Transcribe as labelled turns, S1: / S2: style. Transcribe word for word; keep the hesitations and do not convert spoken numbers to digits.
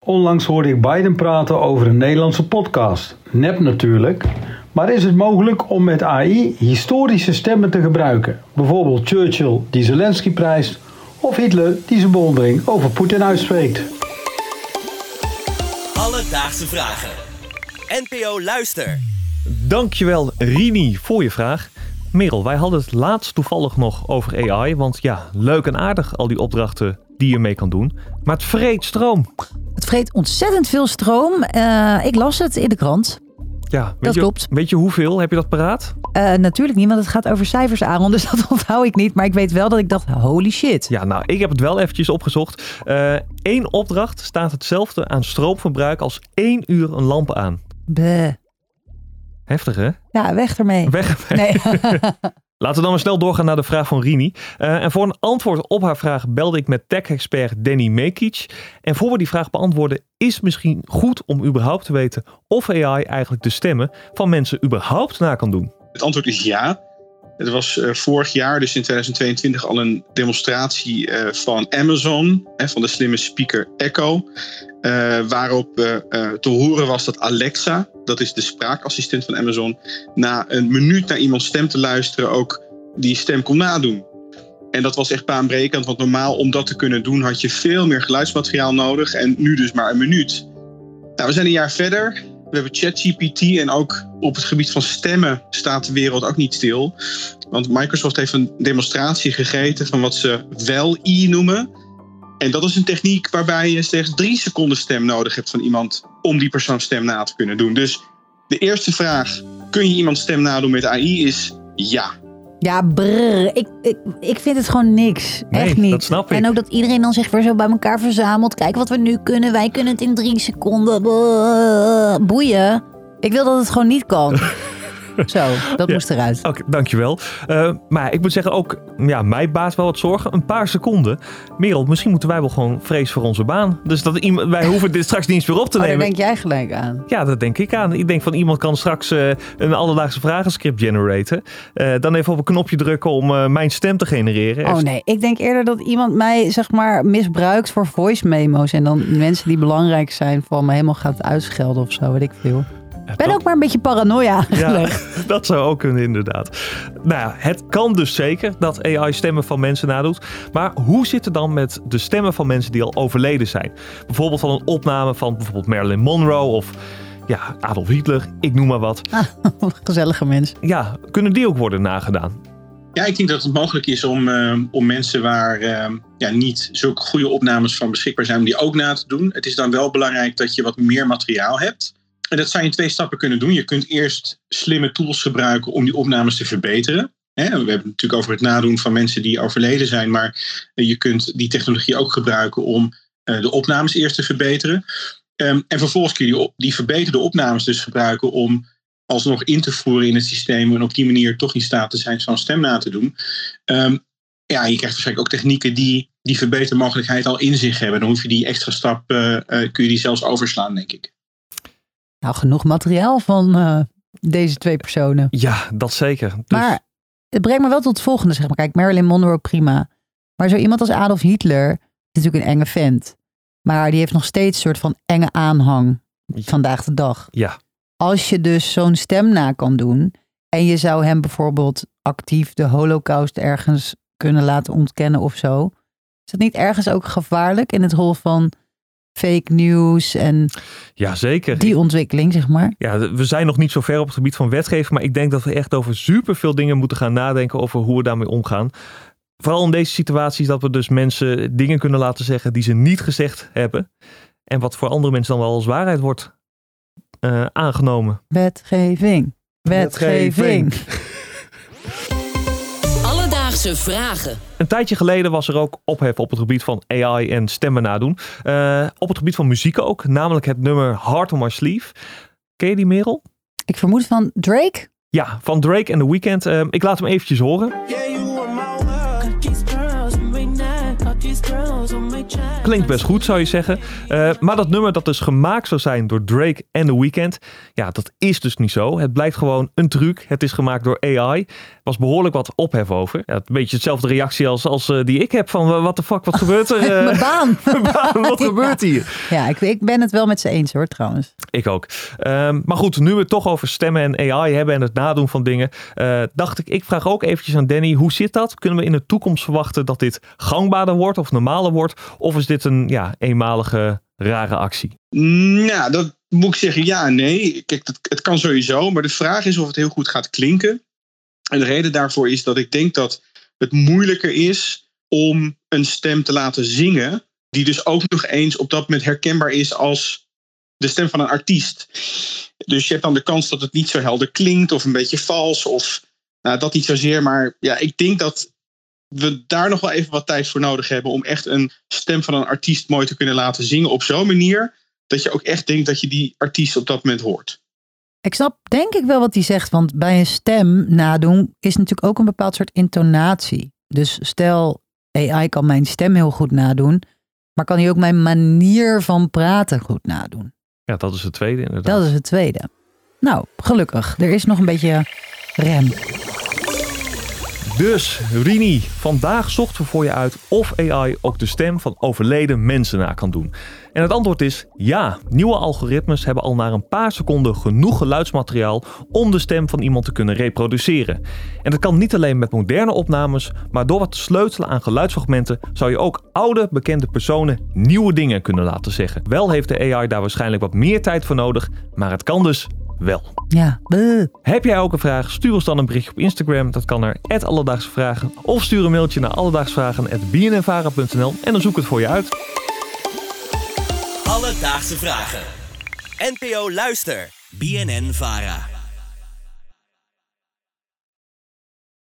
S1: Onlangs hoorde ik Biden praten over een Nederlandse podcast. Nep natuurlijk. Maar is het mogelijk om met A I historische stemmen te gebruiken? Bijvoorbeeld Churchill die Zelensky prijst of Hitler die zijn bewondering over Poetin uitspreekt.
S2: Alledaagse vragen. N P O Luister.
S3: Dankjewel Rini voor je vraag. Merel, wij hadden het laatst toevallig nog over A I. Want ja, leuk en aardig al die opdrachten die je mee kan doen. Maar het vreet stroom.
S4: Het vreet ontzettend veel stroom. Uh, ik las het in de krant.
S3: Ja, weet
S4: dat
S3: je,
S4: klopt.
S3: Weet je hoeveel? Heb je dat paraat?
S4: Uh, natuurlijk niet, want het gaat over cijfers, Aaron. Dus dat onthoud ik niet. Maar ik weet wel dat ik dacht, holy shit.
S3: Ja, nou, ik heb het wel eventjes opgezocht. Eén uh, opdracht staat hetzelfde aan stroomverbruik als één uur een lamp aan.
S4: Bleh.
S3: Heftig, hè?
S4: Ja, weg ermee.
S3: Weg ermee. Nee. Laten we dan maar snel doorgaan naar de vraag van Rini. Uh, en voor een antwoord op haar vraag belde ik met tech-expert Danny Mekic. En voor we die vraag beantwoorden, is het misschien goed om überhaupt te weten of A I eigenlijk de stemmen van mensen überhaupt na kan doen?
S5: Het antwoord is ja. Het was uh, vorig jaar, dus in tweeduizend tweeëntwintig, al een demonstratie uh, van Amazon, hè, van de slimme speaker Echo. Uh, waarop uh, uh, te horen was dat Alexa, dat is de spraakassistent van Amazon, na een minuut naar iemands stem te luisteren ook die stem kon nadoen. En dat was echt baanbrekend, want normaal om dat te kunnen doen had je veel meer geluidsmateriaal nodig en nu dus maar een minuut. Nou, we zijn een jaar verder. We hebben ChatGPT en ook op het gebied van stemmen staat de wereld ook niet stil. Want Microsoft heeft een demonstratie gegeven van wat ze Wall-E noemen. En dat is een techniek waarbij je slechts drie seconden stem nodig hebt van iemand om die persoon stem na te kunnen doen. Dus de eerste vraag, kun je iemand stem nadoen met A I, is ja.
S4: Ja, brrr. Ik, ik, ik vind het gewoon niks.
S3: Nee,
S4: echt niet.
S3: Dat snap ik.
S4: En ook dat iedereen dan zich weer zo bij elkaar verzamelt. Kijk wat we nu kunnen. Wij kunnen het in drie seconden. Boeien. Ik wil dat het gewoon niet kan. Zo, dat ja. moest eruit.
S3: Oké, okay, dankjewel. Uh, maar ik moet zeggen ook, ja, mij baart wel wat zorgen. Een paar seconden. Merel, misschien moeten wij wel gewoon vrees voor onze baan. Dus dat iemand, wij hoeven dit straks niet eens weer op te
S4: oh,
S3: nemen.
S4: Daar denk jij gelijk aan.
S3: Ja, dat denk ik aan. Ik denk van iemand kan straks uh, een alledaagse vragenscript generaten. Uh, dan even op een knopje drukken om uh, mijn stem te genereren.
S4: Oh nee, ik denk eerder dat iemand mij zeg maar misbruikt voor voice memo's. En dan mensen die belangrijk zijn voor me helemaal gaat uitschelden of zo, weet ik veel. Ik ben dat... ook maar een beetje paranoia.
S3: Ja, dat zou ook kunnen inderdaad. Nou ja, het kan dus zeker dat A I stemmen van mensen nadoet. Maar hoe zit het dan met de stemmen van mensen die al overleden zijn? Bijvoorbeeld van een opname van bijvoorbeeld Marilyn Monroe of ja, Adolf Hitler, ik noem maar wat.
S4: Ah, gezellige mensen.
S3: Ja, kunnen die ook worden nagedaan?
S5: Ja, ik denk dat het mogelijk is om, uh, om mensen waar uh, ja, niet zulke goede opnames van beschikbaar zijn, om die ook na te doen. Het is dan wel belangrijk dat je wat meer materiaal hebt. En dat zou je in twee stappen kunnen doen. Je kunt eerst slimme tools gebruiken om die opnames te verbeteren. We hebben het natuurlijk over het nadoen van mensen die overleden zijn. Maar je kunt die technologie ook gebruiken om de opnames eerst te verbeteren. En vervolgens kun je die, die verbeterde opnames dus gebruiken om alsnog in te voeren in het systeem. En op die manier toch in staat te zijn zo'n stem na te doen. Um, ja, je krijgt waarschijnlijk ook technieken die die verbetermogelijkheid al in zich hebben. Dan hoef je die extra stap, uh, uh, kun je die zelfs overslaan, denk ik.
S4: Nou, genoeg materiaal van uh, deze twee personen.
S3: Ja, dat zeker. Dus...
S4: Maar het brengt me wel tot het volgende, zeg maar. Kijk, Marilyn Monroe, prima. Maar zo iemand als Adolf Hitler is natuurlijk een enge vent. Maar die heeft nog steeds een soort van enge aanhang vandaag de dag.
S3: Ja.
S4: Als je dus zo'n stem na kan doen en je zou hem bijvoorbeeld actief de Holocaust ergens kunnen laten ontkennen of zo. Is dat niet ergens ook gevaarlijk in het rol van fake news en
S3: ja, zeker.
S4: Die ontwikkeling, zeg maar?
S3: Ja, we zijn nog niet zo ver op het gebied van wetgeving, maar ik denk dat we echt over superveel dingen moeten gaan nadenken over hoe we daarmee omgaan. Vooral in deze situaties dat we dus mensen dingen kunnen laten zeggen die ze niet gezegd hebben. En wat voor andere mensen dan wel als waarheid wordt uh, aangenomen.
S4: Wetgeving. Wetgeving.
S2: Alledaagse vragen.
S3: Een tijdje geleden was er ook ophef op het gebied van A I en stemmen nadoen. Uh, op het gebied van muziek ook, namelijk het nummer Heart on My Sleeve. Ken je die, Merel?
S4: Ik vermoed van Drake?
S3: Ja, van Drake en The Weeknd. Uh, ik laat hem eventjes horen. Yeah, you Klinkt best goed, zou je zeggen. Uh, maar dat nummer dat dus gemaakt zou zijn door Drake en The Weeknd, ja, dat is dus niet zo. Het blijkt gewoon een truc. Het is gemaakt door A I. Er was behoorlijk wat ophef over. Ja, een beetje hetzelfde reactie als, als uh, die ik heb van uh, what the fuck, wat gebeurt er? Uh,
S4: Mijn baan.
S3: Mijn baan, wat ja. gebeurt hier?
S4: Ja, ik, ik ben het wel met ze eens hoor, trouwens.
S3: Ik ook. Um, maar goed, nu we het toch over stemmen en A I hebben en het nadoen van dingen, uh, dacht ik, ik vraag ook eventjes aan Danny, hoe zit dat? Kunnen we in de toekomst verwachten dat dit gangbaarder wordt of normaler wordt? Of is dit een ja, eenmalige rare actie?
S5: Nou, dat moet ik zeggen ja en nee. Kijk, dat, het kan sowieso, maar de vraag is of het heel goed gaat klinken. En de reden daarvoor is dat ik denk dat het moeilijker is om een stem te laten zingen, die dus ook nog eens op dat moment herkenbaar is als de stem van een artiest. Dus je hebt dan de kans dat het niet zo helder klinkt of een beetje vals of nou, dat niet zozeer. Maar ja, ik denk dat we daar nog wel even wat tijd voor nodig hebben om echt een stem van een artiest mooi te kunnen laten zingen op zo'n manier dat je ook echt denkt dat je die artiest op dat moment hoort.
S4: Ik snap denk ik wel wat hij zegt, want bij een stem nadoen is natuurlijk ook een bepaald soort intonatie. Dus stel A I kan mijn stem heel goed nadoen, maar kan hij ook mijn manier van praten goed nadoen.
S3: Ja, dat is het tweede inderdaad.
S4: Dat is het tweede. Nou, gelukkig. Er is nog een beetje rem.
S3: Dus, Rini, vandaag zochten we voor je uit of A I ook de stem van overleden mensen na kan doen. En het antwoord is ja. Nieuwe algoritmes hebben al na een paar seconden genoeg geluidsmateriaal om de stem van iemand te kunnen reproduceren. En dat kan niet alleen met moderne opnames, maar door wat te sleutelen aan geluidsfragmenten zou je ook oude, bekende personen nieuwe dingen kunnen laten zeggen. Wel heeft de A I daar waarschijnlijk wat meer tijd voor nodig, maar het kan dus wel.
S4: Ja. Buh.
S3: Heb jij ook een vraag? Stuur ons dan een berichtje op Instagram. Dat kan naar at Alledaagse Vragen. Of stuur een mailtje naar alledaagsvragen at b n n vara punt n l en dan zoek ik het voor je uit.
S2: Alledaagse Vragen. N P O Luister. B N N Vara.